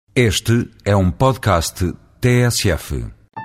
Este é um podcast TSF.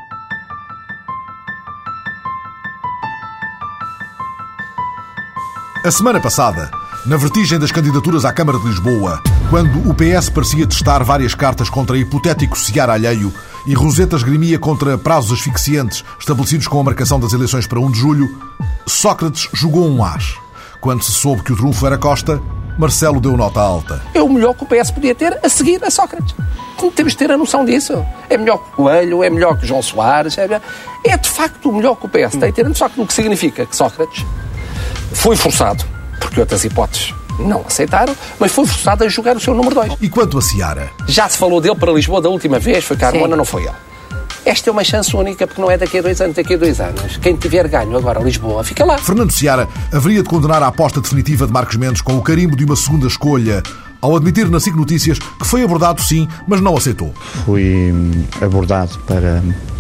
A semana passada, na vertigem das candidaturas à Câmara de Lisboa, quando o PS parecia testar várias cartas contra hipotético Ceará alheio e Roseta esgrimia contra prazos asfixiantes estabelecidos com a marcação das eleições para 1 de julho, Sócrates jogou um as. Quando se soube que o trunfo era Costa, Marcelo deu nota alta. É o melhor que o PS podia ter a seguir a Sócrates. Temos de ter a noção disso. É melhor que o Coelho, é melhor que João Soares. É de facto o melhor que o PS tem. Ter a noção do que significa que Sócrates foi forçado, porque outras hipóteses não aceitaram, mas foi forçado a jogar o seu número 2. E quanto a Seara? Já se falou dele para Lisboa da última vez, foi Carmona, não foi ele. Esta é uma chance única, porque não é daqui a 2 anos, daqui a 2 anos. Quem tiver ganho agora Lisboa, fica lá. Fernando Seara haveria de condenar a aposta definitiva de Marcos Mendes com o carimbo de uma segunda escolha, ao admitir na SIC Notícias que foi abordado sim, mas não aceitou. Fui abordado para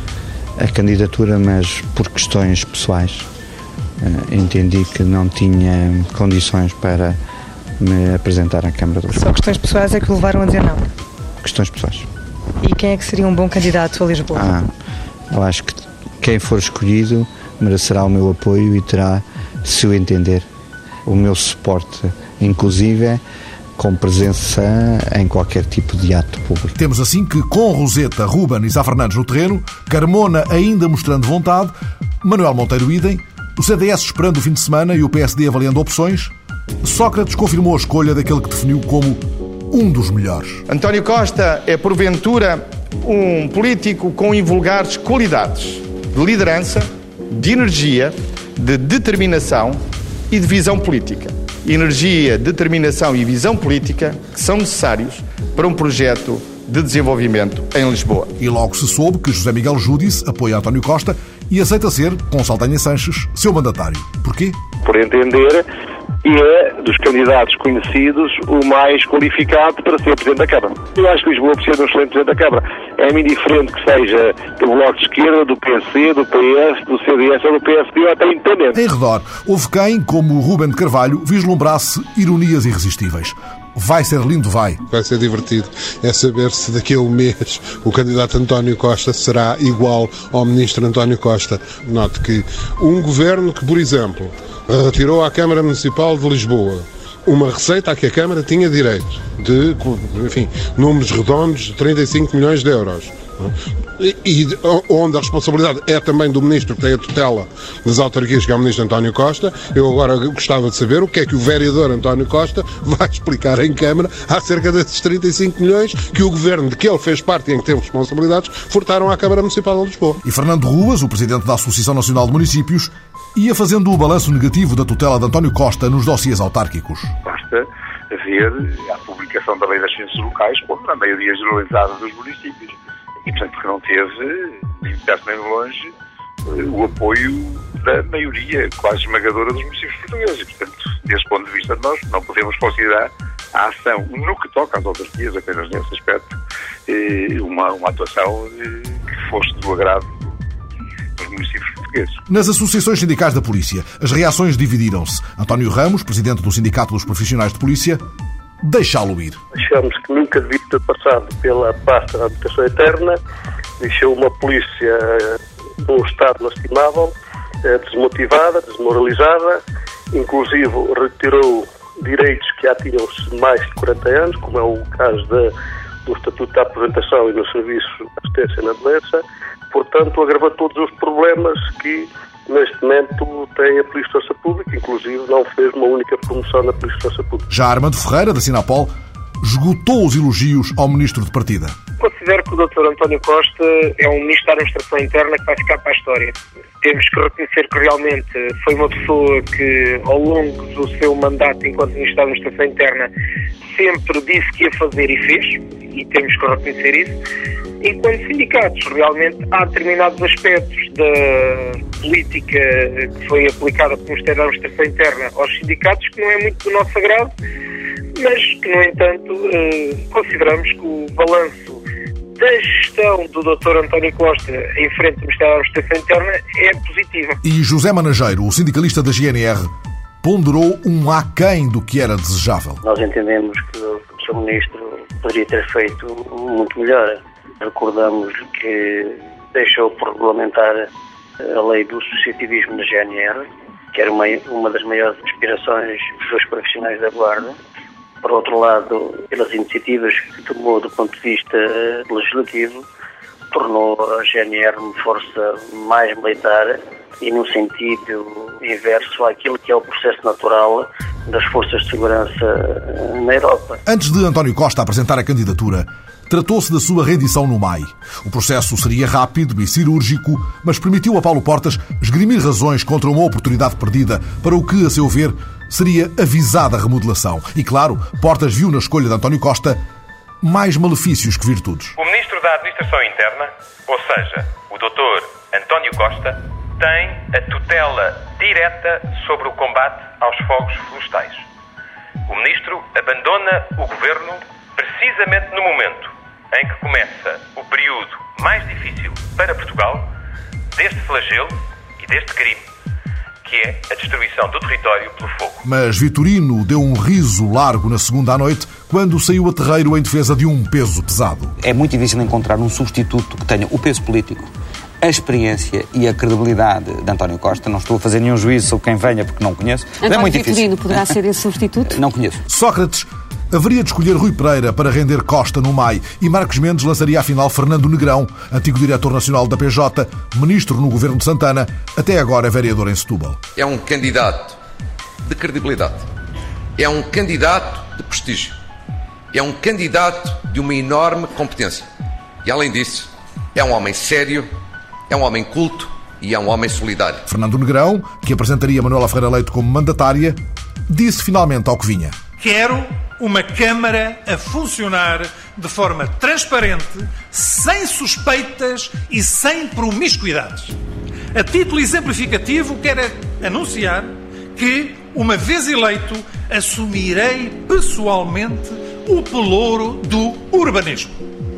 a candidatura, mas por questões pessoais. Entendi que não tinha condições para me apresentar à Câmara de Lisboa. Só questões pessoais é que o levaram a dizer não? Questões pessoais. E quem é que seria um bom candidato a Lisboa? Eu acho que quem for escolhido merecerá o meu apoio e terá, se eu entender, o meu suporte, inclusive com presença em qualquer tipo de ato público. Temos assim que, com Roseta, Ruben e Sá Fernandes no terreno, Carmona ainda mostrando vontade, Manuel Monteiro idem, o CDS esperando o fim de semana e o PSD avaliando opções, Sócrates confirmou a escolha daquele que definiu como um dos melhores. António Costa é, porventura, um político com invulgares qualidades de liderança, de energia, de determinação e de visão política. Energia, determinação e visão política que são necessários para um projeto de desenvolvimento em Lisboa. E logo se soube que José Miguel Júdice apoia António Costa e aceita ser, com Saldanha Sanches, seu mandatário. Porquê? Por entender que é, dos candidatos conhecidos, o mais qualificado para ser Presidente da Câmara. Eu acho que Lisboa precisa de um excelente Presidente da Câmara. É-me indiferente que seja do Bloco de Esquerda, do PC, do PS, do CDS ou do PSD ou até independente. Em redor, houve quem, como o Ruben de Carvalho, vislumbrasse ironias irresistíveis. Vai ser lindo, vai. Vai ser divertido. É saber se daqui a um mês o candidato António Costa será igual ao ministro António Costa. Note que um governo que, por exemplo, retirou à Câmara Municipal de Lisboa uma receita a que a Câmara tinha direito de, enfim, números redondos de 35 milhões de euros. E onde a responsabilidade é também do ministro que tem a tutela das autarquias, que é o ministro António Costa. Eu agora gostava de saber o que é que o vereador António Costa vai explicar em Câmara acerca desses 35 milhões que o governo de que ele fez parte e em que teve responsabilidades furtaram à Câmara Municipal de Lisboa. E Fernando Ruas, o presidente da Associação Nacional de Municípios, ia fazendo o balanço negativo da tutela de António Costa nos dossiês autárquicos. Basta ver a publicação da Lei das Ciências Locais contra a maioria generalizada dos municípios. E, portanto, que não teve, nem perto nem longe, o apoio da maioria quase esmagadora dos municípios portugueses. E, portanto, desse ponto de vista, nós não podemos considerar a ação, no que toca às autarquias, apenas nesse aspecto, uma atuação que fosse do agrado dos municípios portugueses. Nas associações sindicais da Polícia, as reações dividiram-se. António Ramos, presidente do Sindicato dos Profissionais de Polícia, deixá-lo ir. Achamos que nunca devia ter passado pela pasta da habitação eterna, deixou uma polícia num estado lastimável, desmotivada, desmoralizada, inclusive retirou direitos que já tinham mais de 40 anos, como é o caso do Estatuto da Aposentação e no Serviço de Assistência na Doença. Portanto, agravou todos os problemas que neste momento tem a Polícia de Força Pública, inclusive não fez uma única promoção na Polícia de Força Pública. Já Armando Ferreira, da Sinapol, esgotou os elogios ao ministro de partida. Considero que o Dr. António Costa é um ministro da Administração Interna que vai ficar para a história. Temos que reconhecer que realmente foi uma pessoa que, ao longo do seu mandato enquanto ministro da Administração Interna, sempre disse que ia fazer e fez, e temos que reconhecer isso. Enquanto sindicatos, realmente há determinados aspectos da política que foi aplicada pelo Ministério da Administração Interna aos sindicatos que não é muito do nosso agrado, mas que, no entanto, consideramos que o balanço da gestão do Dr. António Costa em frente ao Ministério da Administração Interna é positiva. E José Manageiro, o sindicalista da GNR, ponderou um aquém do que era desejável. Nós entendemos que Sr. Ministro poderia ter feito muito melhor. Recordamos que deixou por regulamentar a lei do associativismo na GNR, que era uma das maiores aspirações dos profissionais da Guarda. Por outro lado, pelas iniciativas que tomou do ponto de vista legislativo, tornou a GNR uma força mais militar e no sentido inverso àquilo que é o processo natural das forças de segurança na Europa. Antes de António Costa apresentar a candidatura, tratou-se da sua rendição no MAI. O processo seria rápido e cirúrgico, mas permitiu a Paulo Portas esgrimir razões contra uma oportunidade perdida para o que, a seu ver, seria avisada remodelação. E, claro, Portas viu na escolha de António Costa mais malefícios que virtudes. O Ministro da Administração Interna, ou seja, o Dr. António Costa, tem a tutela direta sobre o combate aos fogos florestais. O Ministro abandona o Governo precisamente no momento em que começa o período mais difícil para Portugal deste flagelo e deste crime, que é a destruição do território pelo fogo. Mas Vitorino deu um riso largo na segunda à noite, quando saiu a terreiro em defesa de um peso pesado. É muito difícil encontrar um substituto que tenha o peso político, a experiência e a credibilidade de António Costa. Não estou a fazer nenhum juízo sobre quem venha, porque não conheço. António é muito Vitorino difícil. poderá ser esse substituto? Não conheço. Sócrates haveria de escolher Rui Pereira para render Costa no MAI e Marcos Mendes lançaria afinal Fernando Negrão, antigo diretor nacional da PJ, ministro no governo de Santana, até agora vereador em Setúbal. É um candidato de credibilidade. É um candidato de prestígio. É um candidato de uma enorme competência. E, além disso, é um homem sério, é um homem culto e é um homem solidário. Fernando Negrão, que apresentaria Manuela Ferreira Leite como mandatária, disse finalmente ao que vinha. Quero uma Câmara a funcionar de forma transparente, sem suspeitas e sem promiscuidades. A título exemplificativo, quero anunciar que, uma vez eleito, assumirei pessoalmente o pelouro do urbanismo.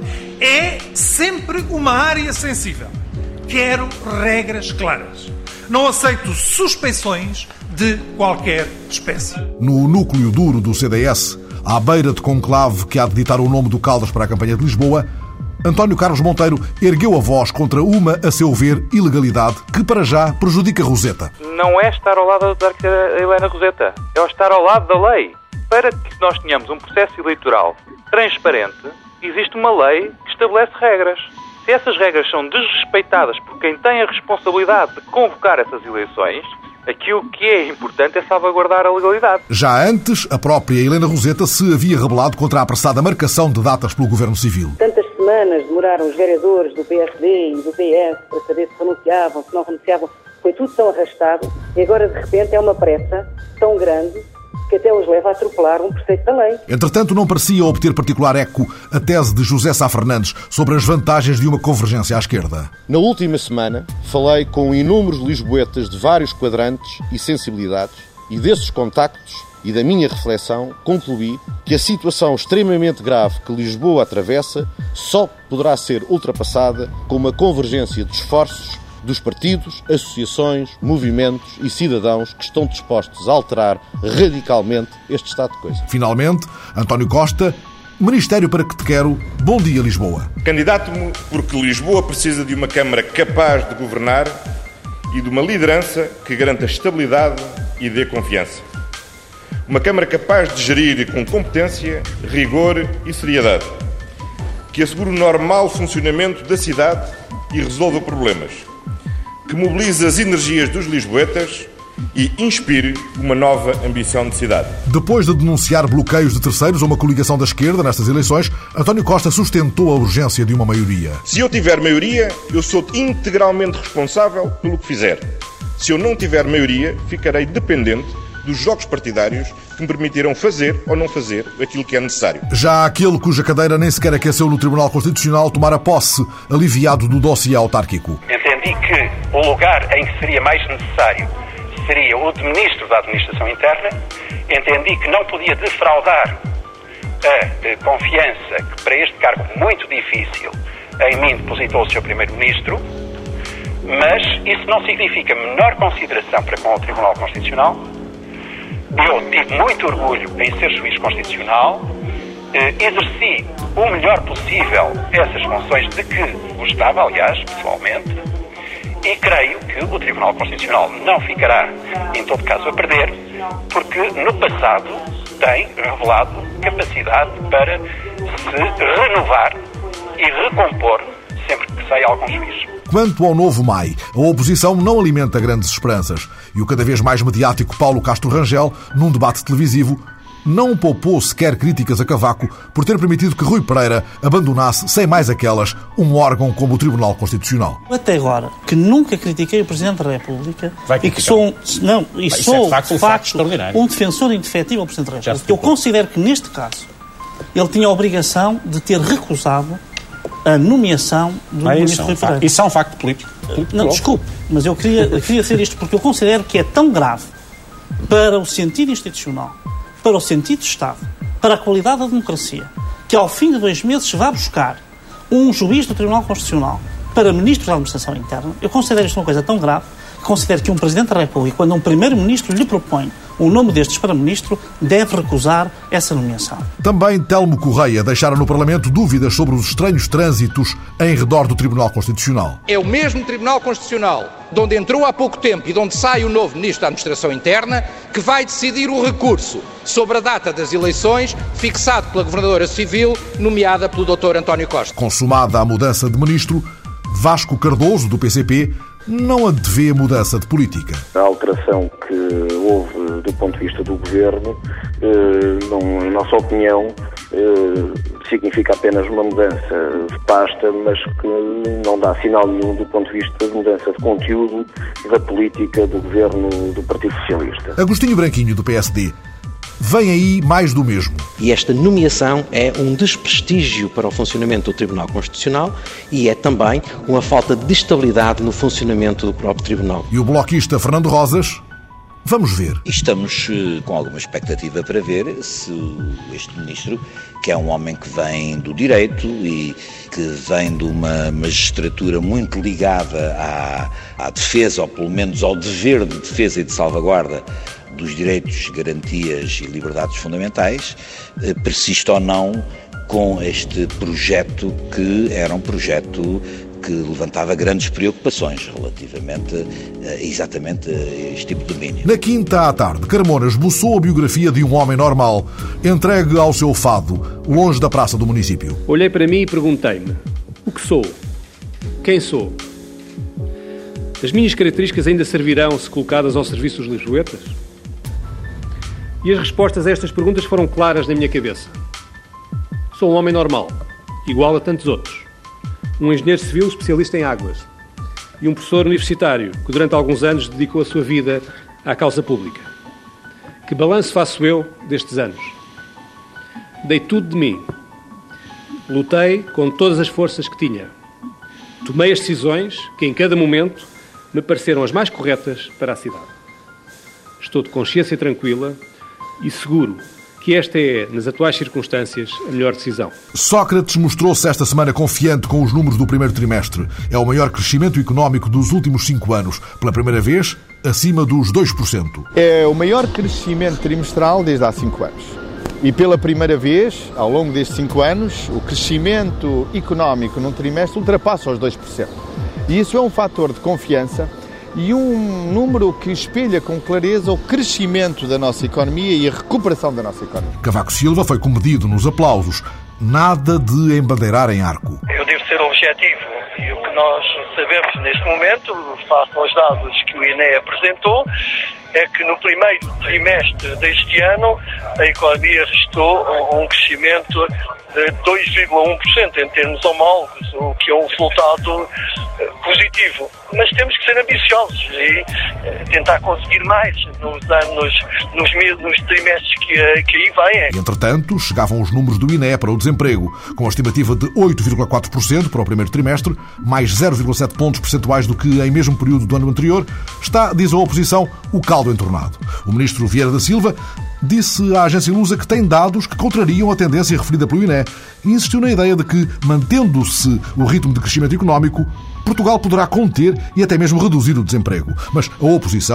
É sempre uma área sensível. Quero regras claras. Não aceito suspeições de qualquer espécie. No núcleo duro do CDS, à beira de conclave que há de ditar o nome do Caldas para a campanha de Lisboa, António Carlos Monteiro ergueu a voz contra uma, a seu ver, ilegalidade que, para já, prejudica Roseta. Não é estar ao lado da arquitetura Helena Roseta, é estar ao lado da lei. Para que nós tenhamos um processo eleitoral transparente, existe uma lei que estabelece regras. Se essas regras são desrespeitadas por quem tem a responsabilidade de convocar essas eleições, aquilo que é importante é salvaguardar a legalidade. Já antes, a própria Helena Roseta se havia rebelado contra a apressada marcação de datas pelo Governo Civil. Tantas semanas demoraram os vereadores do PSD e do PS para saber se renunciavam, se não renunciavam. Foi tudo tão arrastado e agora, de repente, é uma pressa tão grande que até os leva a atropelar um preceito da lei. Entretanto, não parecia obter particular eco a tese de José Sá Fernandes sobre as vantagens de uma convergência à esquerda. Na última semana, falei com inúmeros lisboetas de vários quadrantes e sensibilidades e desses contactos e da minha reflexão concluí que a situação extremamente grave que Lisboa atravessa só poderá ser ultrapassada com uma convergência de esforços dos partidos, associações, movimentos e cidadãos que estão dispostos a alterar radicalmente este estado de coisas. Finalmente, António Costa, Ministério para que te quero, bom dia Lisboa. Candidato-me porque Lisboa precisa de uma Câmara capaz de governar e de uma liderança que garanta estabilidade e dê confiança. Uma Câmara capaz de gerir com competência, rigor e seriedade, que assegure o normal funcionamento da cidade e resolva problemas, que mobilize as energias dos lisboetas e inspire uma nova ambição de cidade. Depois de denunciar bloqueios de terceiros a uma coligação da esquerda nestas eleições, António Costa sustentou a urgência de uma maioria. Se eu tiver maioria, eu sou integralmente responsável pelo que fizer. Se eu não tiver maioria, ficarei dependente dos jogos partidários que me permitirão fazer ou não fazer aquilo que é necessário. Já aquele cuja cadeira nem sequer aqueceu no Tribunal Constitucional tomara posse, aliviado do dossiê autárquico. Entendi que o lugar em que seria mais necessário seria o de Ministro da Administração Interna. Entendi que não podia defraudar a confiança que para este cargo muito difícil em mim depositou o Sr. Primeiro-Ministro, mas isso não significa menor consideração para com o Tribunal Constitucional. Eu tive muito orgulho em ser juiz constitucional exerci o melhor possível essas funções de que gostava, aliás, pessoalmente, e creio que o Tribunal Constitucional não ficará, em todo caso, a perder, porque no passado tem revelado capacidade para se renovar e recompor sempre que sai algum juízo. Quanto ao novo MAI, a oposição não alimenta grandes esperanças e o cada vez mais mediático Paulo Castro Rangel, num debate televisivo, não poupou sequer críticas a Cavaco por ter permitido que Rui Pereira abandonasse, sem mais aquelas, um órgão como o Tribunal Constitucional. Até agora, que nunca critiquei o Presidente da República e que sou, de facto, um defensor indefetível do Presidente da República. Eu considero que, neste caso, ele tinha a obrigação de ter recusado a nomeação do Ministro Rui Pereira. Isso é um facto político. Não, desculpe, mas eu queria dizer isto porque eu considero que é tão grave para o sentido institucional, para o sentido de Estado, para a qualidade da democracia, que ao fim de 2 meses vá buscar um juiz do Tribunal Constitucional para Ministro da Administração Interna. Eu considero isto uma coisa tão grave que considero que um Presidente da República, quando um Primeiro-Ministro lhe propõe um nome destes para Ministro, deve recusar essa nomeação. Também Telmo Correia deixara no Parlamento dúvidas sobre os estranhos trânsitos em redor do Tribunal Constitucional. É o mesmo Tribunal Constitucional de onde entrou há pouco tempo e de onde sai o novo Ministro da Administração Interna que vai decidir o recurso sobre a data das eleições fixado pela Governadora Civil, nomeada pelo Dr. António Costa. Consumada a mudança de Ministro, Vasco Cardoso, do PCP, não antevê mudança de política. A alteração que houve do ponto de vista do Governo, em nossa opinião, significa apenas uma mudança de pasta, mas que não dá sinal nenhum do ponto de vista de mudança de conteúdo da política do Governo do Partido Socialista. Agostinho Branquinho, do PSD. Vem aí mais do mesmo. E esta nomeação é um desprestígio para o funcionamento do Tribunal Constitucional e é também uma falta de estabilidade no funcionamento do próprio Tribunal. E o bloquista Fernando Rosas? Vamos ver. Estamos com alguma expectativa para ver se este ministro, que é um homem que vem do direito e que vem de uma magistratura muito ligada à defesa, ou pelo menos ao dever de defesa e de salvaguarda dos direitos, garantias e liberdades fundamentais, persiste ou não com este projeto que era um projeto que levantava grandes preocupações relativamente exatamente a este tipo de domínio. Na quinta à tarde, Carmona esboçou a biografia de um homem normal, entregue ao seu fado, longe da praça do município. Olhei para mim e perguntei-me: o que sou? Quem sou? As minhas características ainda servirão se colocadas ao serviço dos lisboetas? E as respostas a estas perguntas foram claras na minha cabeça. Sou um homem normal, igual a tantos outros. Um engenheiro civil especialista em águas. E um professor universitário que durante alguns anos dedicou a sua vida à causa pública. Que balanço faço eu destes anos? Dei tudo de mim. Lutei com todas as forças que tinha. Tomei as decisões que em cada momento me pareceram as mais corretas para a cidade. Estou de consciência tranquila e seguro que esta é, nas atuais circunstâncias, a melhor decisão. Sócrates mostrou-se esta semana confiante com os números do primeiro trimestre. É o maior crescimento económico dos últimos 5 anos. Pela primeira vez, acima dos 2%. É o maior crescimento trimestral desde há 5 anos. E pela primeira vez, ao longo destes 5 anos, o crescimento económico num trimestre ultrapassa os 2%. E isso é um fator de confiança e um número que espelha com clareza o crescimento da nossa economia e a recuperação da nossa economia. Cavaco Silva foi comedido nos aplausos. Nada de embandeirar em arco. Eu devo ser objetivo e o que nós sabemos neste momento, face aos dados que o INE apresentou, é que no primeiro trimestre deste ano a economia registrou um crescimento de 2,1% em termos homólogos, o que é um resultado positivo. Mas temos que ser ambiciosos e tentar conseguir mais nos trimestres que aí vêm. Entretanto, chegavam os números do INE para o desemprego, com a estimativa de 8,4% para o primeiro trimestre, mais 0,7 pontos percentuais do que em mesmo período do ano anterior. Está, diz a oposição, o caldo entornado. O ministro Vieira da Silva disse à agência Lusa que tem dados que contrariam a tendência referida pelo INE e insistiu na ideia de que, mantendo-se o ritmo de crescimento económico, Portugal poderá conter e até mesmo reduzir o desemprego. Mas a oposição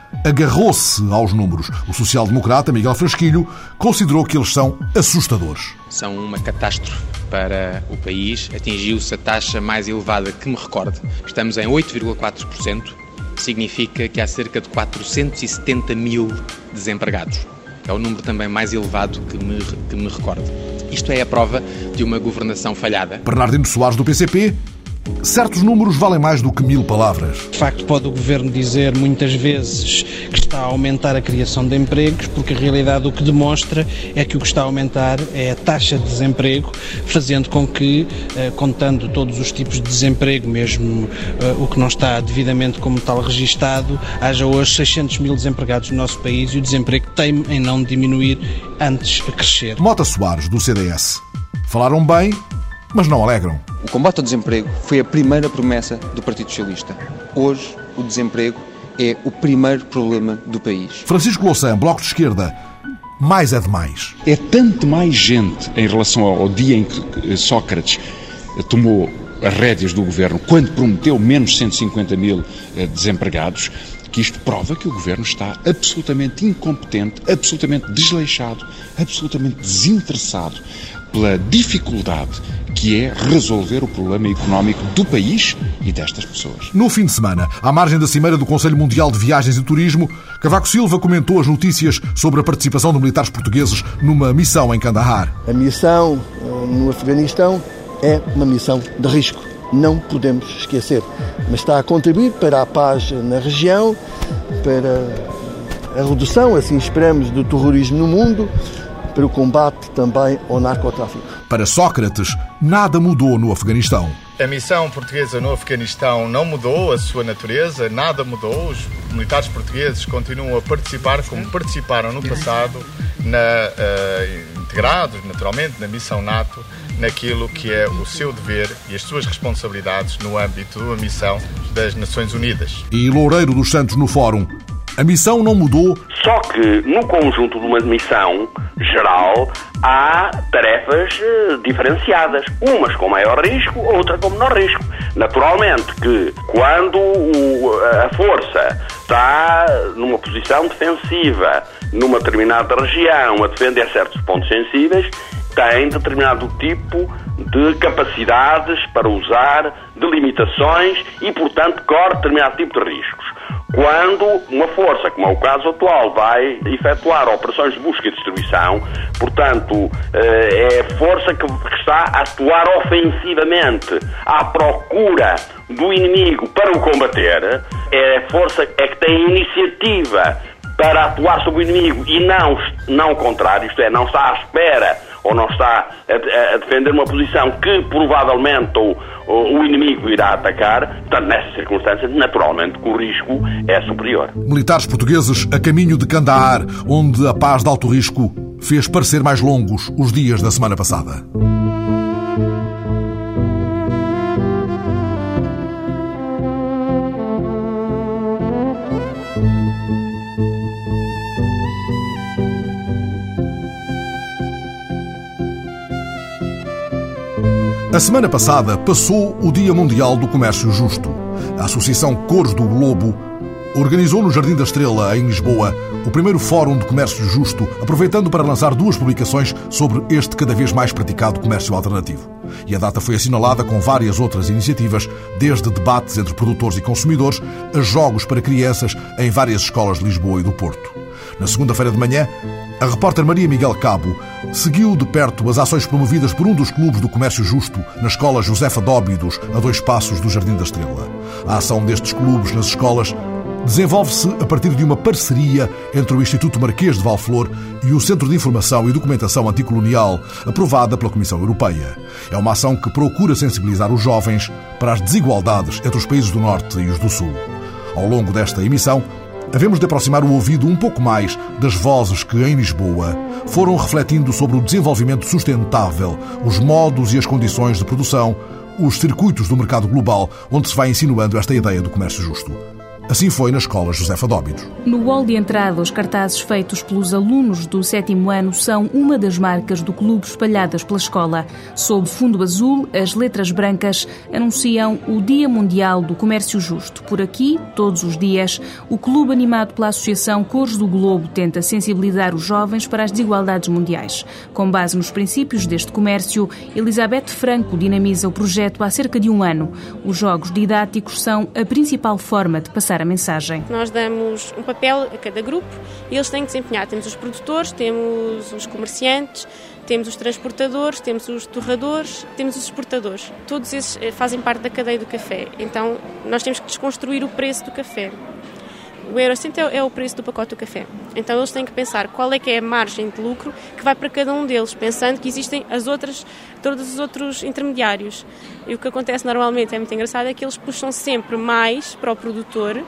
agarrou-se aos números. O social-democrata Miguel Frasquilho considerou que eles são assustadores. São uma catástrofe para o país. Atingiu-se a taxa mais elevada que me recordo. Estamos em 8,4%. Significa que há cerca de 470 mil desempregados. É o número também mais elevado que me recordo. Isto é a prova de uma governação falhada. Bernardino Soares, do PCP. Certos números valem mais do que 1000 palavras. De facto, pode o Governo dizer muitas vezes que está a aumentar a criação de empregos, porque a realidade o que demonstra é que o que está a aumentar é a taxa de desemprego, fazendo com que, contando todos os tipos de desemprego, mesmo o que não está devidamente como tal registado, haja hoje 600 mil desempregados no nosso país e o desemprego teime em não diminuir, antes a crescer. Mota Soares, do CDS. Falaram bem, mas não alegram. O combate ao desemprego foi a primeira promessa do Partido Socialista. Hoje, o desemprego é o primeiro problema do país. Francisco Louçã, Bloco de Esquerda. Mais é demais. É tanto mais gente em relação ao dia em que Sócrates tomou as rédeas do governo, quando prometeu menos 150 mil desempregados, que isto prova que o governo está absolutamente incompetente, absolutamente desleixado, absolutamente desinteressado pela dificuldade que é resolver o problema económico do país e destas pessoas. No fim de semana, à margem da cimeira do Conselho Mundial de Viagens e Turismo, Cavaco Silva comentou as notícias sobre a participação de militares portugueses numa missão em Kandahar. A missão no Afeganistão é uma missão de risco. Não podemos esquecer. Mas está a contribuir para a paz na região, para a redução, assim esperamos, do terrorismo no mundo, para o combate também ao narcotráfico. Para Sócrates, nada mudou no Afeganistão. A missão portuguesa no Afeganistão não mudou a sua natureza, nada mudou. Os militares portugueses continuam a participar como participaram no passado, integrados, naturalmente, na missão NATO, naquilo que é o seu dever e as suas responsabilidades no âmbito da missão das Nações Unidas. E Loureiro dos Santos no Fórum. A missão não mudou. Só que no conjunto de uma missão geral há tarefas diferenciadas. Umas com maior risco, outra com menor risco. Naturalmente que quando a força está numa posição defensiva, numa determinada região, a defender certos pontos sensíveis, tem determinado tipo de capacidades para usar, de limitações e, portanto, corre determinado tipo de riscos. Quando uma força, como é o caso atual, vai efetuar operações de busca e distribuição, portanto, é a força que está a atuar ofensivamente à procura do inimigo para o combater, é a força que tem iniciativa para atuar sobre o inimigo e não o contrário, isto é, não está à espera ou não está a defender uma posição que provavelmente o inimigo irá atacar. Portanto, nessas circunstâncias, naturalmente, que o risco é superior. Militares portugueses a caminho de Kandahar, onde a paz de alto risco fez parecer mais longos os dias da semana passada. A semana passada passou o Dia Mundial do Comércio Justo. A Associação Cores do Globo organizou no Jardim da Estrela, em Lisboa, o primeiro Fórum de Comércio Justo, aproveitando para lançar 2 publicações sobre este cada vez mais praticado comércio alternativo. E a data foi assinalada com várias outras iniciativas, desde debates entre produtores e consumidores a jogos para crianças em várias escolas de Lisboa e do Porto. Na segunda-feira de manhã, a repórter Maria Miguel Cabo seguiu de perto as ações promovidas por um dos clubes do comércio justo na escola Josefa Dóbidos, a 2 passos do Jardim da Estrela. A ação destes clubes nas escolas desenvolve-se a partir de uma parceria entre o Instituto Marquês de Valflor e o Centro de Informação e Documentação Anticolonial, aprovada pela Comissão Europeia. É uma ação que procura sensibilizar os jovens para as desigualdades entre os países do Norte e os do Sul. Ao longo desta emissão, havemos de aproximar o ouvido um pouco mais das vozes que, em Lisboa, foram refletindo sobre o desenvolvimento sustentável, os modos e as condições de produção, os circuitos do mercado global, onde se vai insinuando esta ideia do comércio justo. Assim foi na escola Josefa Dóbidos. No hall de entrada, os cartazes feitos pelos alunos do 7º ano são uma das marcas do clube espalhadas pela escola. Sob fundo azul, as letras brancas anunciam o Dia Mundial do Comércio Justo. Por aqui, todos os dias, o clube animado pela Associação Cores do Globo tenta sensibilizar os jovens para as desigualdades mundiais. Com base nos princípios deste comércio, Elizabeth Franco dinamiza o projeto há cerca de um ano. Os jogos didáticos são a principal forma de passar a mensagem. Nós damos um papel a cada grupo e eles têm que desempenhar. Temos os produtores, temos os comerciantes, temos os transportadores, temos os torradores, temos os exportadores. Todos esses fazem parte da cadeia do café. Então, nós temos que desconstruir o preço do café. O Eurocento é o preço do pacote do café. Então eles têm que pensar qual é que é a margem de lucro que vai para cada um deles, pensando que existem todos os outros intermediários. E o que acontece normalmente, é muito engraçado, é que eles puxam sempre mais para o produtor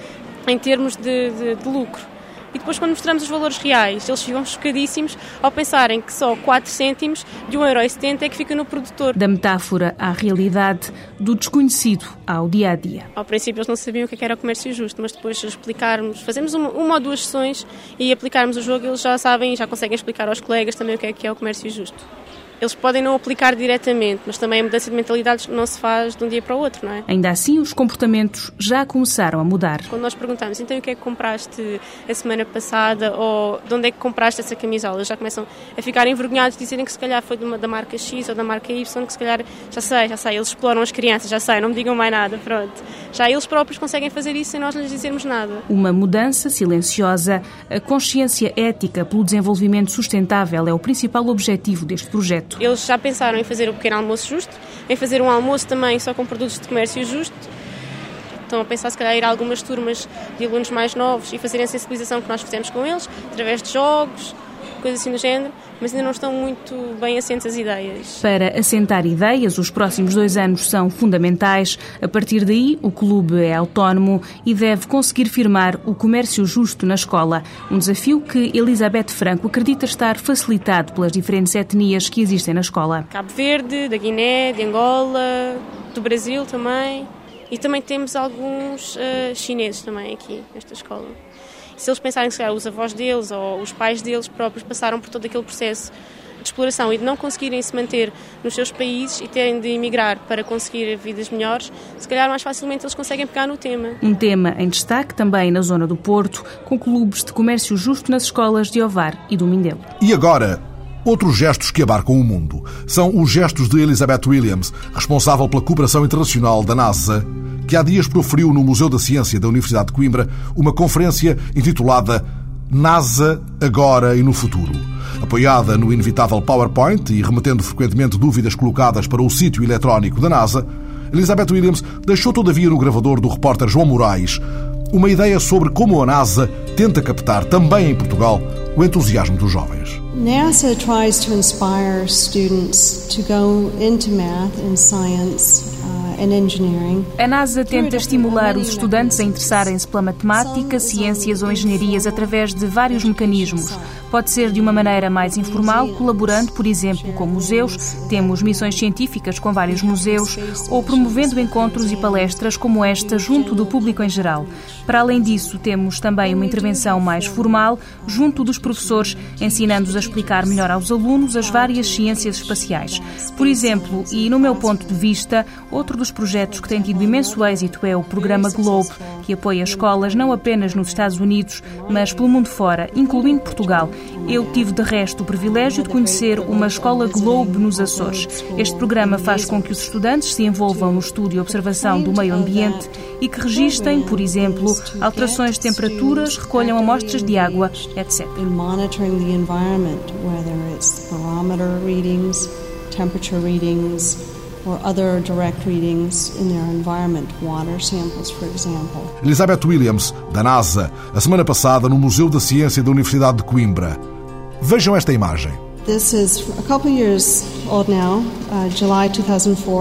em termos de lucro. E depois, quando mostramos os valores reais, eles ficam chocadíssimos ao pensarem que só 4 cêntimos de 1,70 € é que fica no produtor. Da metáfora à realidade, do desconhecido ao dia-a-dia. Ao princípio eles não sabiam o que era o comércio justo, mas depois de explicarmos, fazemos uma ou duas sessões e aplicarmos o jogo, eles já sabem e já conseguem explicar aos colegas também o que é o comércio justo. Eles podem não aplicar diretamente, mas também a mudança de mentalidades não se faz de um dia para o outro, não é? Ainda assim, os comportamentos já começaram a mudar. Quando nós perguntamos, então o que é que compraste a semana passada ou de onde é que compraste essa camisola, eles já começam a ficar envergonhados de dizerem que se calhar foi da marca X ou da marca Y, que se calhar, já sei, eles exploram as crianças, já sei, não me digam mais nada, pronto. Já eles próprios conseguem fazer isso sem nós lhes dizermos nada. Uma mudança silenciosa, a consciência ética pelo desenvolvimento sustentável é o principal objetivo deste projeto. Eles já pensaram em fazer o pequeno almoço justo, em fazer um almoço também só com produtos de comércio justo. Estão a pensar, se calhar, ir a algumas turmas de alunos mais novos e fazerem a sensibilização que nós fizemos com eles, através de jogos, coisas assim do género, mas ainda não estão muito bem assentes as ideias. Para assentar ideias, os próximos 2 anos são fundamentais. A partir daí, o clube é autónomo e deve conseguir firmar o comércio justo na escola. Um desafio que Elizabeth Franco acredita estar facilitado pelas diferentes etnias que existem na escola. Cabo Verde, da Guiné, de Angola, do Brasil também. E também temos alguns chineses também aqui nesta escola. Se eles pensarem que os avós deles ou os pais deles próprios passaram por todo aquele processo de exploração e de não conseguirem se manter nos seus países e terem de emigrar para conseguir vidas melhores, se calhar mais facilmente eles conseguem pegar no tema. Um tema em destaque também na zona do Porto, com clubes de comércio justo nas escolas de Ovar e do Mindelo. E agora, outros gestos que abarcam o mundo. São os gestos de Elizabeth Williams, responsável pela cooperação internacional da NASA, que há dias proferiu no Museu da Ciência da Universidade de Coimbra uma conferência intitulada NASA, Agora e no Futuro. Apoiada no inevitável PowerPoint e remetendo frequentemente dúvidas colocadas para o sítio eletrónico da NASA, Elizabeth Williams deixou todavia no gravador do repórter João Moraes uma ideia sobre como a NASA tenta captar também em Portugal o entusiasmo dos jovens. NASA tries to inspire students to go into math and science and engineering. A NASA tenta estimular os estudantes a interessarem-se pela matemática, ciências ou engenharias através de vários mecanismos. Pode ser de uma maneira mais informal, colaborando, por exemplo, com museus, temos missões científicas com vários museus, ou promovendo encontros e palestras como esta junto do público em geral. Para além disso, temos também uma intervenção mais formal, junto dos professores, ensinando-os a explicar melhor aos alunos as várias ciências espaciais. Por exemplo, e no meu ponto de vista, outro dos projetos que tem tido imenso êxito é o programa Globe, que apoia escolas não apenas nos Estados Unidos, mas pelo mundo fora, incluindo Portugal. Eu tive, de resto, o privilégio de conhecer uma escola Globe nos Açores. Este programa faz com que os estudantes se envolvam no estudo e observação do meio ambiente e que registrem, por exemplo, alterações de temperaturas, recolham amostras de água, etc. Or other direct readings in their environment, water samples, for example. Elizabeth Williams, da NASA, a semana passada no Museu da Ciência da Universidade de Coimbra. Vejam esta imagem. This is a couple years old now, July 2004.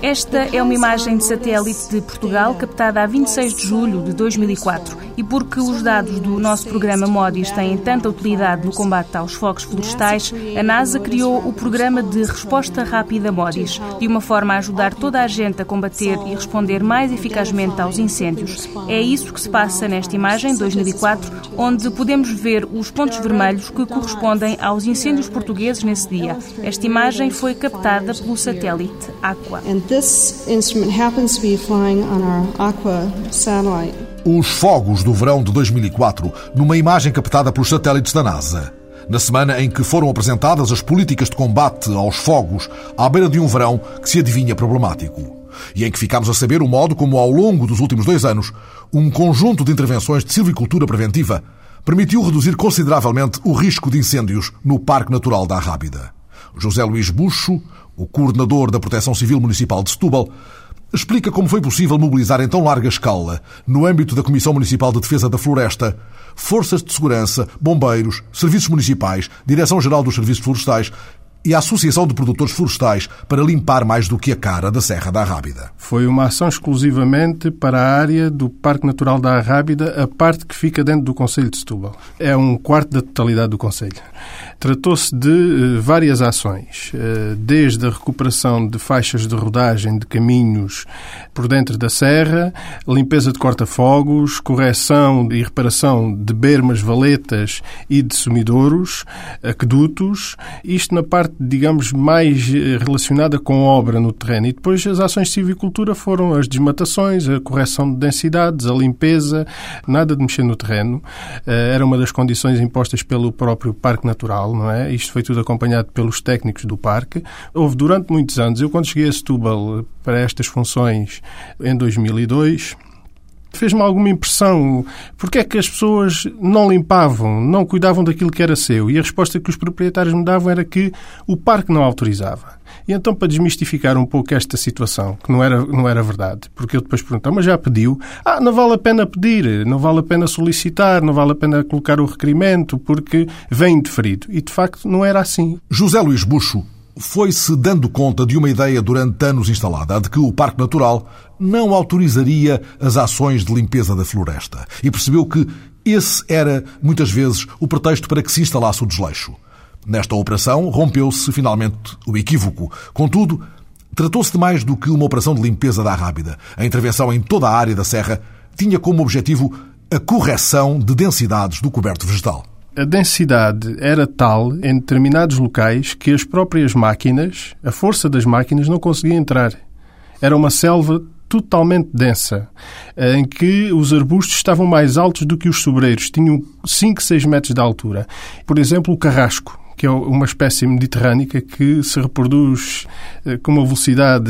Esta é uma imagem de satélite de Portugal captada a 26 de julho de 2004. E porque os dados do nosso programa MODIS têm tanta utilidade no combate aos fogos florestais, a NASA criou o Programa de Resposta Rápida MODIS, de uma forma a ajudar toda a gente a combater e responder mais eficazmente aos incêndios. É isso que se passa nesta imagem de 2004, onde podemos ver os pontos vermelhos que correspondem aos incêndios portugueses nesse dia. Esta imagem foi captada pelo satélite Aqua. This instrument happens to be flying on our Aqua satellite. Os fogos do verão de 2004, numa imagem captada pelos satélites da NASA. Na semana em que foram apresentadas as políticas de combate aos fogos à beira de um verão que se adivinha problemático. E em que ficámos a saber o modo como, ao longo dos últimos 2 anos, um conjunto de intervenções de silvicultura preventiva permitiu reduzir consideravelmente o risco de incêndios no Parque Natural da Arrábida. José Luís Buxo, o coordenador da Proteção Civil Municipal de Setúbal, explica como foi possível mobilizar em tão larga escala, no âmbito da Comissão Municipal de Defesa da Floresta, forças de segurança, bombeiros, serviços municipais, Direção-Geral dos Serviços Florestais e a Associação de Produtores Florestais para limpar mais do que a cara da Serra da Arrábida. Foi uma ação exclusivamente para a área do Parque Natural da Arrábida, a parte que fica dentro do concelho de Setúbal. É 1/4 da totalidade do concelho. Tratou-se de várias ações, desde a recuperação de faixas de rodagem de caminhos por dentro da serra, limpeza de corta-fogos, correção e reparação de bermas, valetas e de sumidouros, aquedutos, isto na parte, digamos, mais relacionada com obra no terreno. E depois as ações de silvicultura foram as desmatações, a correção de densidades, a limpeza, nada de mexer no terreno. Era uma das condições impostas pelo próprio Parque Natural, não é? Isto foi tudo acompanhado pelos técnicos do parque. Houve durante muitos anos, eu quando cheguei a Setúbal para estas funções em 2002, fez-me alguma impressão. Porque é que as pessoas não limpavam, não cuidavam daquilo que era seu? E a resposta que os proprietários me davam era que o parque não autorizava. E então, para desmistificar um pouco esta situação, que não era verdade, porque eu depois perguntava, mas já pediu? Não vale a pena pedir, não vale a pena solicitar, não vale a pena colocar o requerimento, porque vem indeferido. E, de facto, não era assim. José Luís Buxo foi-se dando conta de uma ideia durante anos instalada, a de que o Parque Natural não autorizaria as ações de limpeza da floresta. E percebeu que esse era, muitas vezes, o pretexto para que se instalasse o desleixo. Nesta operação, rompeu-se finalmente o equívoco. Contudo, tratou-se de mais do que uma operação de limpeza da Arrábida. A intervenção em toda a área da serra tinha como objetivo a correção de densidades do coberto vegetal. A densidade era tal em determinados locais que as próprias máquinas, a força das máquinas, não conseguia entrar. Era uma selva totalmente densa, em que os arbustos estavam mais altos do que os sobreiros, tinham 5, 6 metros de altura. Por exemplo, o carrasco, que é uma espécie mediterrânica que se reproduz com uma velocidade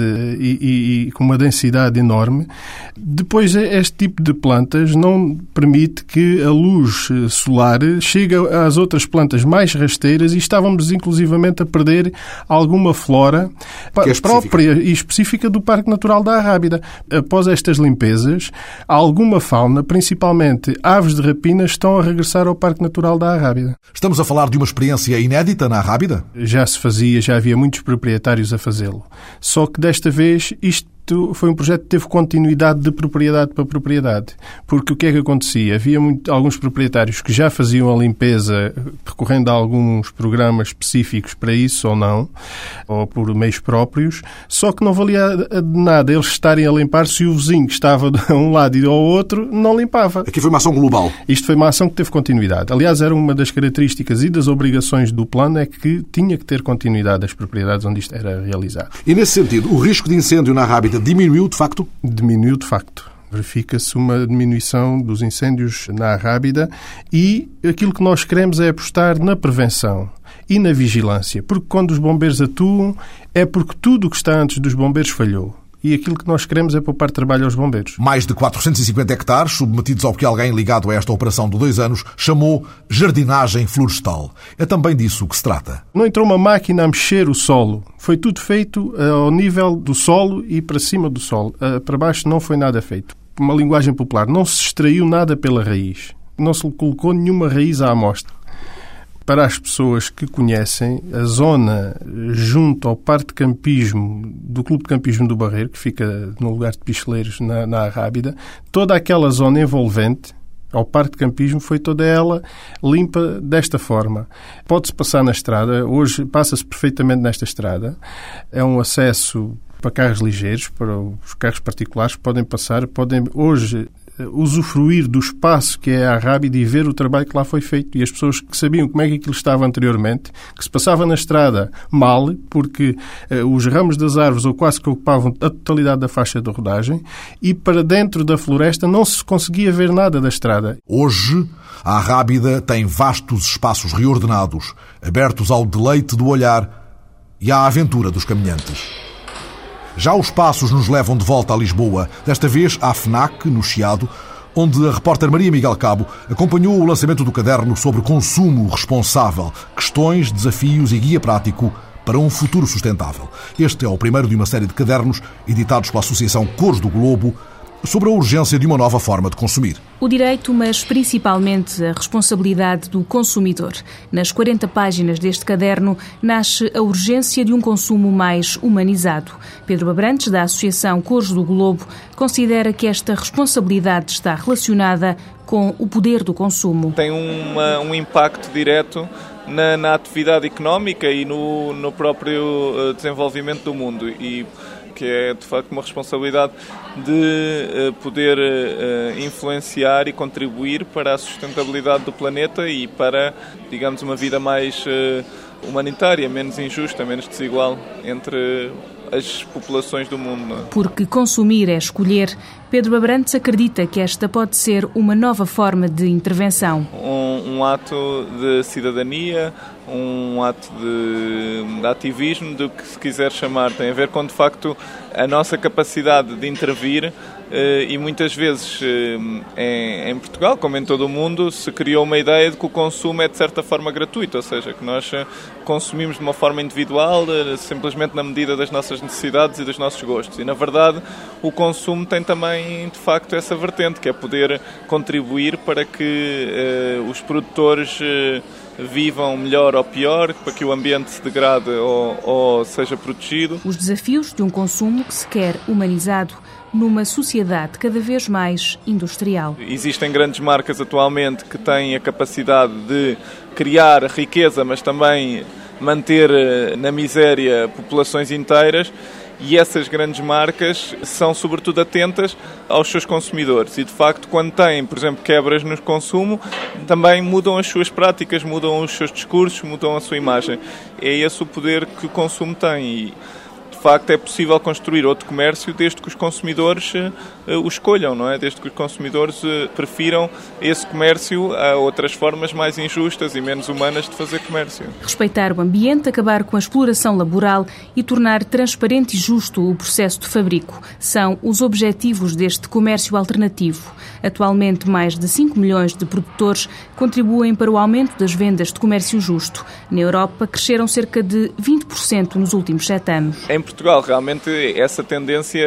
e com uma densidade enorme. Depois, este tipo de plantas não permite que a luz solar chegue às outras plantas mais rasteiras e estávamos, inclusivamente, a perder alguma flora própria e específica do Parque Natural da Arrábida. Após estas limpezas, alguma fauna, principalmente aves de rapina, estão a regressar ao Parque Natural da Arrábida. Estamos a falar de uma experiência inédita na Arrábida? Já se fazia, já havia muitos proprietários a fazê-lo. Só que desta vez isto foi um projeto que teve continuidade de propriedade para propriedade. Porque o que é que acontecia? Havia alguns proprietários que já faziam a limpeza recorrendo a alguns programas específicos para isso ou não, ou por meios próprios, só que não valia de nada eles estarem a limpar se o vizinho que estava a um lado e ao outro não limpava. Aqui foi uma ação global. Isto foi uma ação que teve continuidade. Aliás, era uma das características e das obrigações do plano é que tinha que ter continuidade das propriedades onde isto era realizado. E nesse sentido, o risco de incêndio na Arrábida diminuiu de facto? Diminuiu de facto. Verifica-se uma diminuição dos incêndios na Arrábida e aquilo que nós queremos é apostar na prevenção e na vigilância, porque quando os bombeiros atuam é porque tudo o que está antes dos bombeiros falhou. E aquilo que nós queremos é poupar trabalho aos bombeiros. Mais de 450 hectares submetidos ao que alguém ligado a esta operação de 2 anos chamou jardinagem florestal. É também disso que se trata. Não entrou uma máquina a mexer o solo. Foi tudo feito ao nível do solo e para cima do solo. Para baixo não foi nada feito. Uma linguagem popular. Não se extraiu nada pela raiz. Não se colocou nenhuma raiz à amostra. Para as pessoas que conhecem, a zona junto ao parque de campismo do Clube de Campismo do Barreiro, que fica no lugar de Picheleiros, na Arrábida, toda aquela zona envolvente ao parque de campismo foi toda ela limpa desta forma. Pode-se passar na estrada, hoje passa-se perfeitamente nesta estrada. É um acesso para carros ligeiros, para os carros particulares que podem passar, podem hoje usufruir do espaço que é a Arrábida e ver o trabalho que lá foi feito. E as pessoas que sabiam como é que aquilo estava anteriormente, que se passava na estrada mal, porque os ramos das árvores ou quase que ocupavam a totalidade da faixa de rodagem, e para dentro da floresta não se conseguia ver nada da estrada. Hoje, a Arrábida tem vastos espaços reordenados, abertos ao deleite do olhar e à aventura dos caminhantes. Já os passos nos levam de volta a Lisboa, desta vez à FNAC, no Chiado, onde a repórter Maria Miguel Cabo acompanhou o lançamento do caderno sobre consumo responsável, questões, desafios e guia prático para um futuro sustentável. Este é o primeiro de uma série de cadernos editados pela Associação Cores do Globo sobre a urgência de uma nova forma de consumir. O direito, mas principalmente a responsabilidade do consumidor. Nas 40 páginas deste caderno nasce a urgência de um consumo mais humanizado. Pedro Abrantes, da Associação Cores do Globo, considera que esta responsabilidade está relacionada com o poder do consumo. Tem um impacto direto na atividade económica e no próprio desenvolvimento do mundo, e que é de facto uma responsabilidade de poder influenciar e contribuir para a sustentabilidade do planeta e para, digamos, uma vida mais humanitária, menos injusta, menos desigual entre as populações do mundo. Porque consumir é escolher, Pedro Abrantes acredita que esta pode ser uma nova forma de intervenção. Um ato de cidadania, um ato de ativismo, do que se quiser chamar. Tem a ver com, de facto, a nossa capacidade de intervir e muitas vezes em Portugal, como em todo o mundo, se criou uma ideia de que o consumo é de certa forma gratuito, ou seja, que nós consumimos de uma forma individual, simplesmente na medida das nossas necessidades e dos nossos gostos. E, na verdade, o consumo tem também, de facto, essa vertente, que é poder contribuir para que os produtores vivam melhor ou pior, para que o ambiente se degrade ou seja protegido. Os desafios de um consumo que se quer humanizado numa sociedade cada vez mais industrial. Existem grandes marcas atualmente que têm a capacidade de criar riqueza, mas também manter na miséria populações inteiras. E essas grandes marcas são, sobretudo, atentas aos seus consumidores. E, de facto, quando têm, por exemplo, quebras no consumo, também mudam as suas práticas, mudam os seus discursos, mudam a sua imagem. É esse o poder que o consumo tem. E, de facto, é possível construir outro comércio desde que os consumidores o escolham, não é? Desde que os consumidores prefiram esse comércio a outras formas mais injustas e menos humanas de fazer comércio. Respeitar o ambiente, acabar com a exploração laboral e tornar transparente e justo o processo de fabrico são os objetivos deste comércio alternativo. Atualmente, mais de 5 milhões de produtores contribuem para o aumento das vendas de comércio justo. Na Europa, cresceram cerca de 20% nos últimos 7 anos. Em Portugal, realmente, essa tendência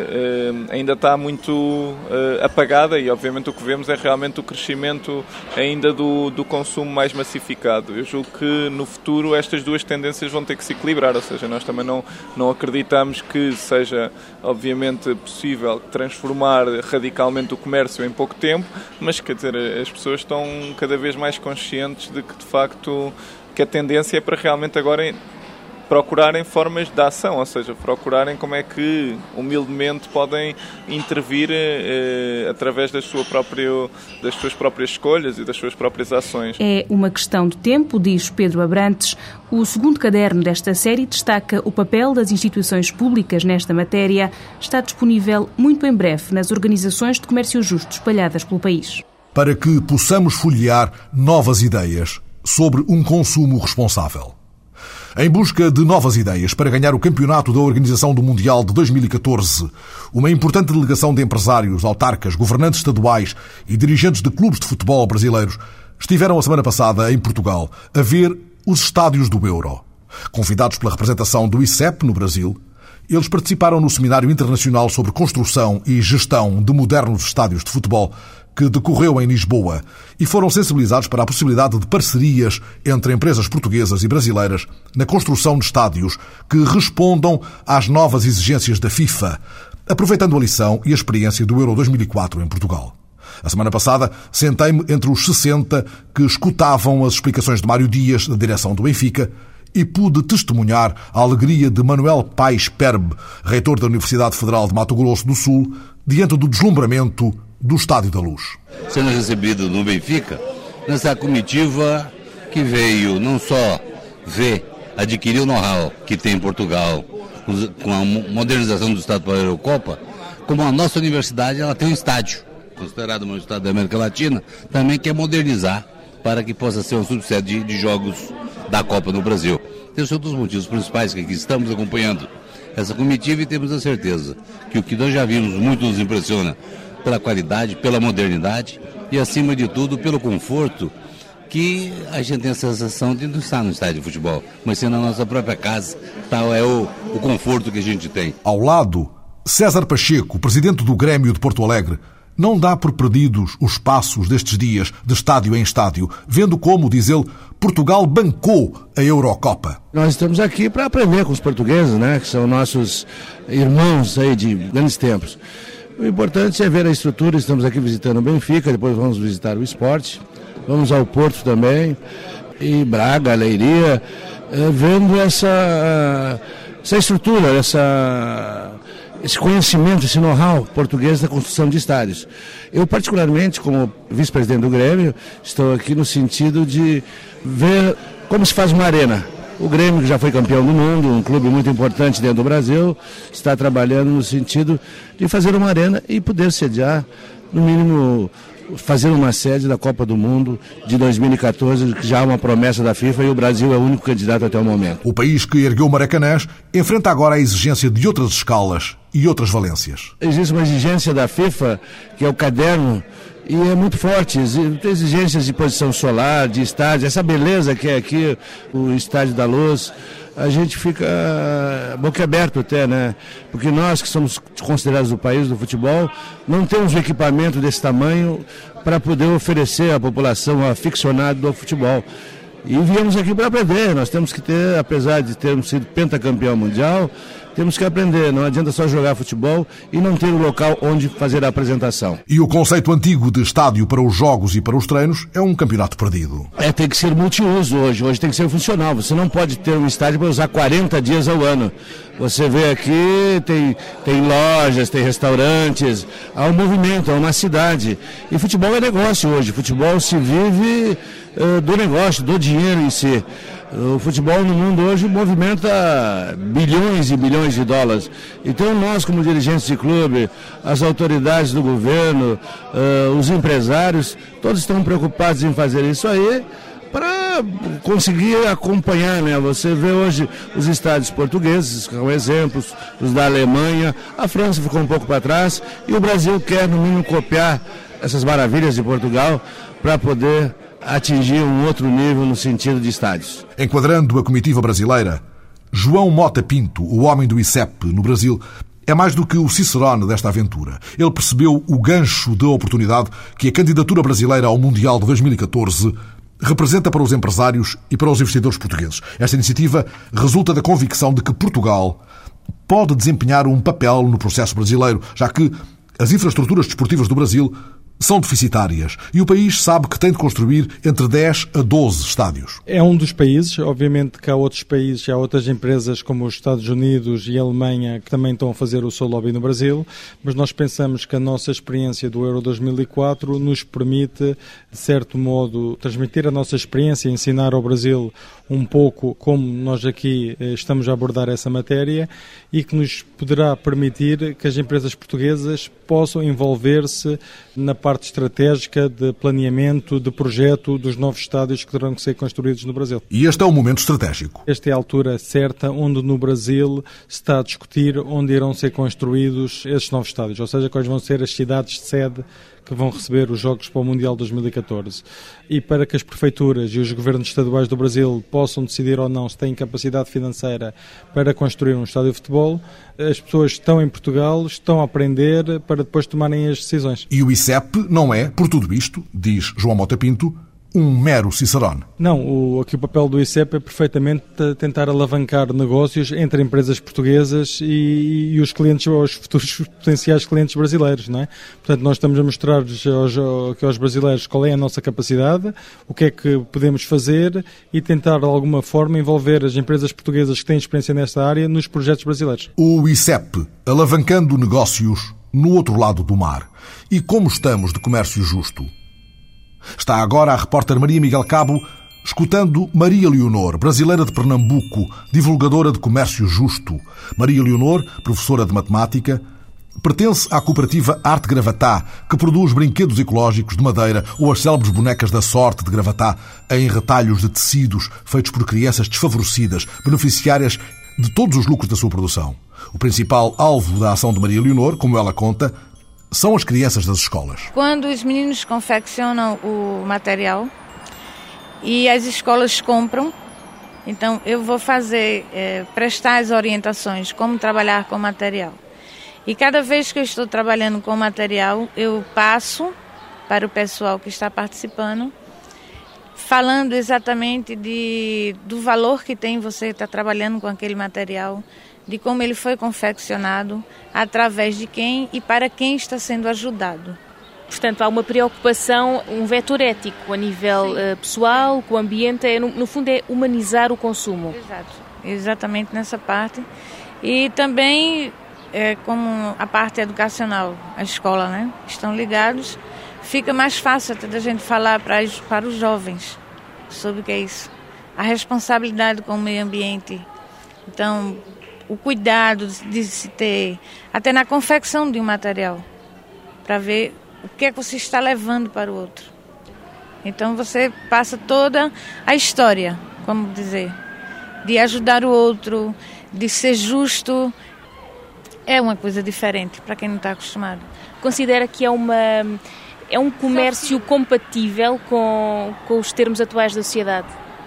ainda está muito apagada e, obviamente, o que vemos é realmente o crescimento ainda do consumo mais massificado. Eu julgo que, no futuro, estas duas tendências vão ter que se equilibrar, ou seja, nós também não acreditamos que seja, obviamente, possível transformar radicalmente o comércio em pouco tempo, mas, quer dizer, as pessoas estão cada vez mais conscientes de que, de facto, que a tendência é para realmente agora procurarem formas de ação, ou seja, procurarem como é que humildemente podem intervir através das suas próprias escolhas e das suas próprias ações. É uma questão de tempo, diz Pedro Abrantes. O segundo caderno desta série destaca o papel das instituições públicas nesta matéria. Está disponível muito em breve nas organizações de comércio justo espalhadas pelo país. Para que possamos folhear novas ideias sobre um consumo responsável. Em busca de novas ideias para ganhar o campeonato da Organização do Mundial de 2014, uma importante delegação de empresários, autarcas, governantes estaduais e dirigentes de clubes de futebol brasileiros estiveram a semana passada em Portugal a ver os estádios do Euro. Convidados pela representação do ICEP no Brasil, eles participaram no Seminário Internacional sobre Construção e Gestão de Modernos Estádios de Futebol, que decorreu em Lisboa e foram sensibilizados para a possibilidade de parcerias entre empresas portuguesas e brasileiras na construção de estádios que respondam às novas exigências da FIFA, aproveitando a lição e a experiência do Euro 2004 em Portugal. A semana passada, sentei-me entre os 60 que escutavam as explicações de Mário Dias, da direção do Benfica, e pude testemunhar a alegria de Manuel Paes Perbe, reitor da Universidade Federal de Mato Grosso do Sul, diante do deslumbramento do Estádio da Luz. Sendo recebido no Benfica, nessa comitiva que veio não só adquirir o know-how que tem em Portugal com a modernização do estádio para a Eurocopa, como a nossa universidade ela tem um estádio, considerado o maior estádio da América Latina, também quer modernizar para que possa ser uma subsede de jogos da Copa no Brasil. Esse é um dos motivos principais que aqui estamos acompanhando essa comitiva e temos a certeza que o que nós já vimos muito nos impressiona pela qualidade, pela modernidade e, acima de tudo, pelo conforto que a gente tem a sensação de não estar no estádio de futebol, mas sim na nossa própria casa. Tal é o conforto que a gente tem. Ao lado, César Pacheco, presidente do Grêmio de Porto Alegre, não dá por perdidos os passos destes dias de estádio em estádio, vendo como, diz ele, Portugal bancou a Eurocopa. Nós estamos aqui para aprender com os portugueses, né, que são nossos irmãos aí de grandes tempos. O importante é ver a estrutura. Estamos aqui visitando o Benfica, depois vamos visitar o Sport, vamos ao Porto também, e Braga, Leiria, vendo essa estrutura, esse conhecimento, esse know-how português da construção de estádios. Eu, particularmente, como vice-presidente do Grêmio, estou aqui no sentido de ver como se faz uma arena. O Grêmio, que já foi campeão do mundo, um clube muito importante dentro do Brasil, está trabalhando no sentido de fazer uma arena e poder sediar, no mínimo, fazer uma sede da Copa do Mundo de 2014, que já há uma promessa da FIFA e o Brasil é o único candidato até o momento. O país que ergueu Maracanãs enfrenta agora a exigência de outras escalas e outras valências. Existe uma exigência da FIFA, que é o caderno, e é muito forte. Tem exigências de posição solar, de estádio, essa beleza que é aqui o Estádio da Luz. A gente fica boquiaberto até, né? Porque nós que somos considerados o país do futebol, não temos um equipamento desse tamanho para poder oferecer à população, ao aficionado do futebol. E viemos aqui para aprender. Nós temos que ter, apesar de termos sido pentacampeão mundial, temos que aprender. Não adianta só jogar futebol e não ter um local onde fazer a apresentação. E o conceito antigo de estádio para os jogos e para os treinos é um campeonato perdido. Tem que ser multiuso hoje. Hoje tem que ser funcional. Você não pode ter um estádio para usar 40 dias ao ano. Você vê aqui, tem lojas, tem restaurantes, há um movimento, há uma cidade. E futebol é negócio hoje. Futebol se vive do negócio, do dinheiro em si. O futebol no mundo hoje movimenta bilhões e bilhões de dólares. Então nós, como dirigentes de clube, as autoridades do governo, os empresários, todos estão preocupados em fazer isso aí para conseguir acompanhar, né? Você vê hoje os estádios portugueses, são exemplos, os da Alemanha, a França ficou um pouco para trás e o Brasil quer, no mínimo, copiar essas maravilhas de Portugal para poder atingir um outro nível no sentido de estádios. Enquadrando a comitiva brasileira, João Mota Pinto, o homem do ICEP no Brasil, é mais do que o Cicerone desta aventura. Ele percebeu o gancho de oportunidade que a candidatura brasileira ao Mundial de 2014 representa para os empresários e para os investidores portugueses. Esta iniciativa resulta da convicção de que Portugal pode desempenhar um papel no processo brasileiro, já que as infraestruturas desportivas do Brasil são deficitárias e o país sabe que tem de construir entre 10 a 12 estádios. É um dos países, obviamente que há outros países, há outras empresas como os Estados Unidos e a Alemanha que também estão a fazer o seu lobby no Brasil, mas nós pensamos que a nossa experiência do Euro 2004 nos permite, de certo modo, transmitir a nossa experiência, ensinar ao Brasil um pouco como nós aqui estamos a abordar essa matéria e que nos poderá permitir que as empresas portuguesas possam envolver-se na parte estratégica de planeamento, de projeto dos novos estádios que terão que ser construídos no Brasil. E este é um momento estratégico. Esta é a altura certa onde no Brasil se está a discutir onde irão ser construídos esses novos estádios, ou seja, quais vão ser as cidades de sede que vão receber os Jogos para o Mundial 2014. E para que as prefeituras e os governos estaduais do Brasil possam decidir ou não se têm capacidade financeira para construir um estádio de futebol, as pessoas estão em Portugal, estão a aprender para depois tomarem as decisões. E o ICEP ICEP não é, por tudo isto, diz João Mota Pinto, um mero cicerone. Não, aqui o papel do ICEP é perfeitamente tentar alavancar negócios entre empresas portuguesas e os clientes, os futuros potenciais clientes brasileiros, não é? Portanto, nós estamos a mostrar aos brasileiros qual é a nossa capacidade, o que é que podemos fazer e tentar, de alguma forma, envolver as empresas portuguesas que têm experiência nesta área nos projetos brasileiros. O ICEP, alavancando negócios no outro lado do mar. E como estamos de comércio justo? Está agora a repórter Maria Miguel Cabo escutando Maria Leonor, brasileira de Pernambuco, divulgadora de comércio justo. Maria Leonor, professora de matemática, pertence à cooperativa Arte Gravatá, que produz brinquedos ecológicos de madeira ou as célebres bonecas da sorte de Gravatá em retalhos de tecidos feitos por crianças desfavorecidas, beneficiárias de todos os lucros da sua produção. O principal alvo da ação de Maria Leonor, como ela conta, são as crianças das escolas. Quando os meninos confeccionam o material e as escolas compram, então eu vou prestar as orientações, como trabalhar com material. E cada vez que eu estou trabalhando com material, eu passo para o pessoal que está participando, falando exatamente do valor que tem você estar trabalhando com aquele material, de como ele foi confeccionado, através de quem e para quem está sendo ajudado. Portanto, há uma preocupação, um vetor ético a nível pessoal, com o ambiente, no fundo é humanizar o consumo. Exato, exatamente nessa parte. E também, como a parte educacional, a escola, né? Estão ligados, fica mais fácil até da gente falar para os jovens sobre o que é isso. A responsabilidade com o meio ambiente. Então, o cuidado de se ter, até na confecção de um material, para ver o que é que você está levando para o outro. Então você passa toda a história, como dizer, de ajudar o outro, de ser justo. É uma coisa diferente para quem não está acostumado. Considera que é um comércio compatível com os termos atuais da sociedade?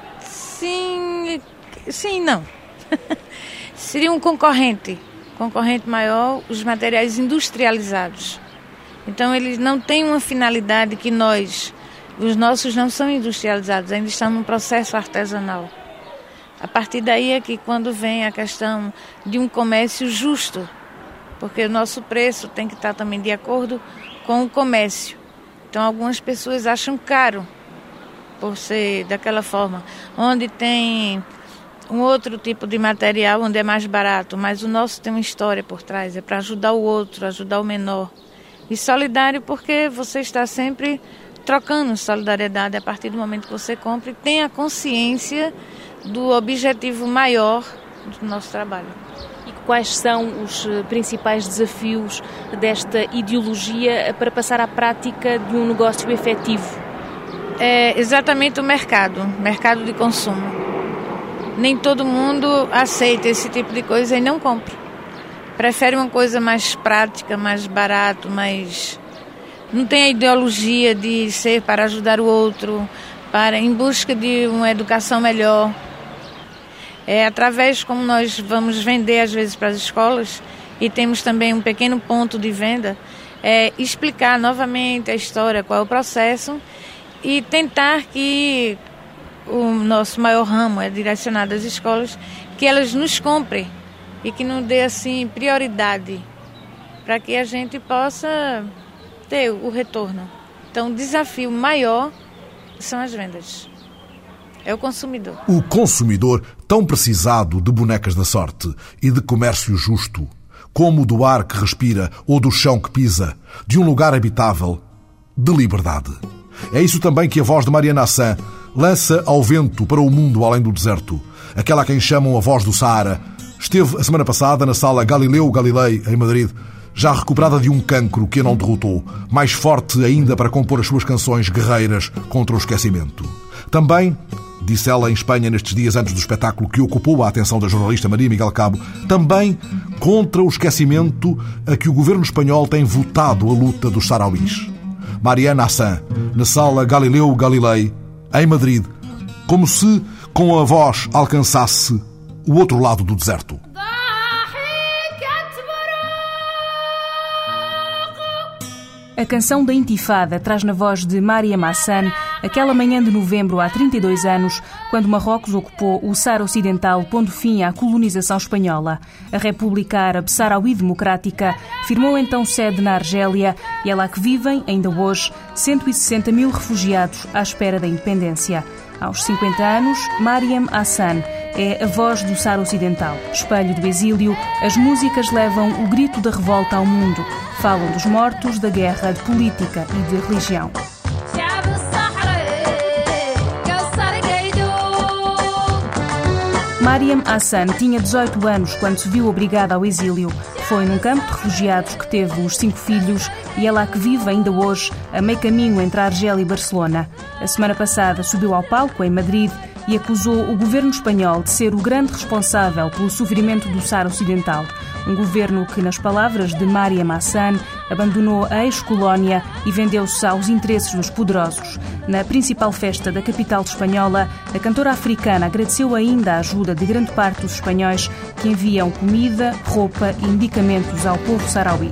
Sim, não. Seria um concorrente maior, os materiais industrializados. Então, eles não têm uma finalidade que os nossos não são industrializados, ainda estão num processo artesanal. A partir daí é que quando vem a questão de um comércio justo, porque o nosso preço tem que estar também de acordo com o comércio. Então, algumas pessoas acham caro por ser daquela forma, onde tem um outro tipo de material onde é mais barato, mas o nosso tem uma história por trás, é para ajudar o outro, ajudar o menor. E solidário porque você está sempre trocando solidariedade a partir do momento que você compra e tem a consciência do objetivo maior do nosso trabalho. E quais são os principais desafios desta ideologia para passar à prática de um negócio efetivo? É exatamente o mercado de consumo. Nem todo mundo aceita esse tipo de coisa e não compra. Prefere uma coisa mais prática, mais barato, não tem a ideologia de ser para ajudar o outro, em busca de uma educação melhor. Através como nós vamos vender às vezes para as escolas e temos também um pequeno ponto de venda, explicar novamente a história, qual é o processo e tentar que o nosso maior ramo é direcionado às escolas, que elas nos comprem e que nos dê assim prioridade para que a gente possa ter o retorno. Então, o desafio maior são as vendas. É o consumidor. O consumidor tão precisado de bonecas da sorte e de comércio justo, como do ar que respira ou do chão que pisa, de um lugar habitável, de liberdade. É isso também que a voz de Mariana Assan lança ao vento para o mundo além do deserto. Aquela a quem chamam a voz do Saara. Esteve a semana passada na sala Galileu Galilei, em Madrid, já recuperada de um cancro que a não derrotou, mais forte ainda para compor as suas canções guerreiras contra o esquecimento. Também, disse ela em Espanha nestes dias antes do espetáculo que ocupou a atenção da jornalista Maria Miguel Cabo, também contra o esquecimento a que o governo espanhol tem votado a luta dos sarauís. Mariana Assan, na sala Galileu Galilei, em Madrid, como se com a voz alcançasse o outro lado do deserto. A canção da Intifada traz na voz de Mariam Hassan aquela manhã de novembro há 32 anos, quando Marrocos ocupou o Saara Ocidental, pondo fim à colonização espanhola. A República Árabe Saharaui Democrática firmou então sede na Argélia e é lá que vivem, ainda hoje, 160 mil refugiados à espera da independência. Aos 50 anos, Mariam Hassan é a voz do Saara Ocidental. Espelho do exílio, as músicas levam o grito da revolta ao mundo. Falam dos mortos, da guerra, de política e de religião. Mariam Hassan tinha 18 anos quando se viu obrigada ao exílio. Foi num campo de refugiados que teve os 5 filhos e é lá que vive ainda hoje, a meio caminho entre a Argélia e Barcelona. A semana passada subiu ao palco em Madrid e acusou o governo espanhol de ser o grande responsável pelo sofrimento do Saara Ocidental. Um governo que, nas palavras de Mariam Hassan, abandonou a ex-colónia e vendeu-se aos interesses dos poderosos. Na principal festa da capital espanhola, a cantora africana agradeceu ainda a ajuda de grande parte dos espanhóis que enviam comida, roupa e medicamentos ao povo saharaui.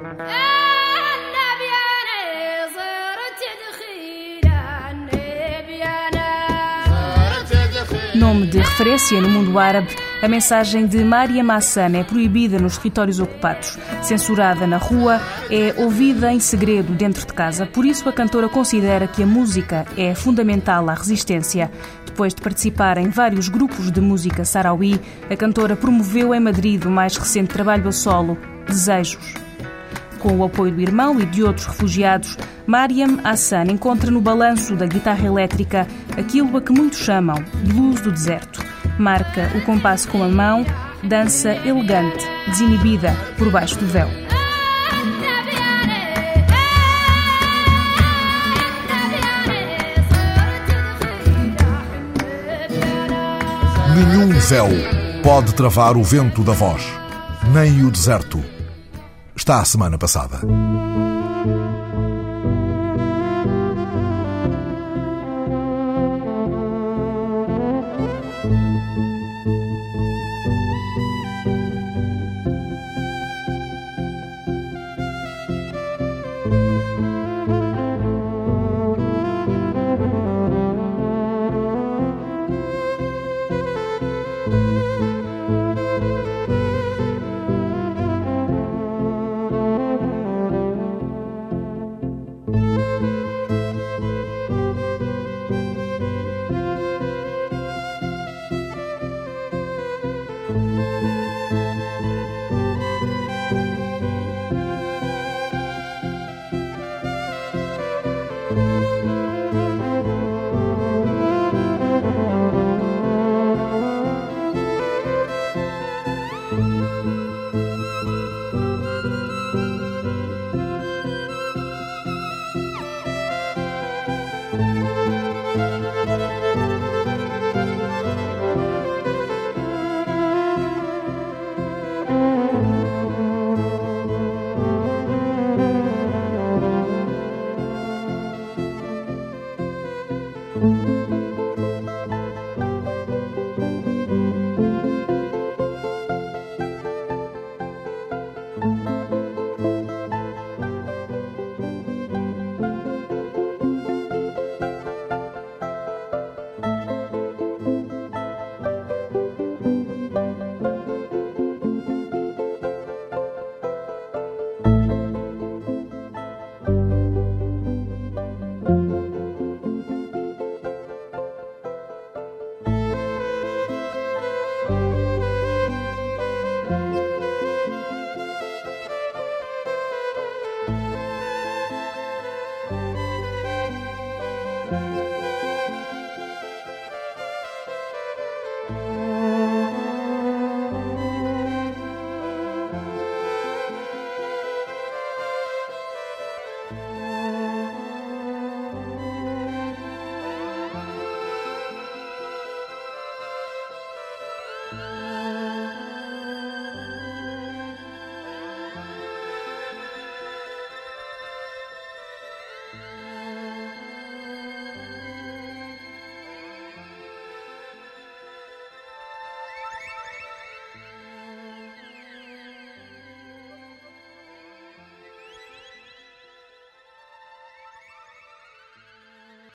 Nome de referência no mundo árabe, a mensagem de Mariam Hassan é proibida nos territórios ocupados. Censurada na rua, é ouvida em segredo dentro de casa. Por isso, a cantora considera que a música é fundamental à resistência. Depois de participar em vários grupos de música saharaui, a cantora promoveu em Madrid o mais recente trabalho a solo, Desejos. Com o apoio do irmão e de outros refugiados, Mariam Hassan encontra no balanço da guitarra elétrica aquilo a que muitos chamam blues do deserto. Marca o compasso com a mão, dança elegante, desinibida por baixo do véu. Nenhum véu pode travar o vento da voz, nem o deserto. Está a semana passada.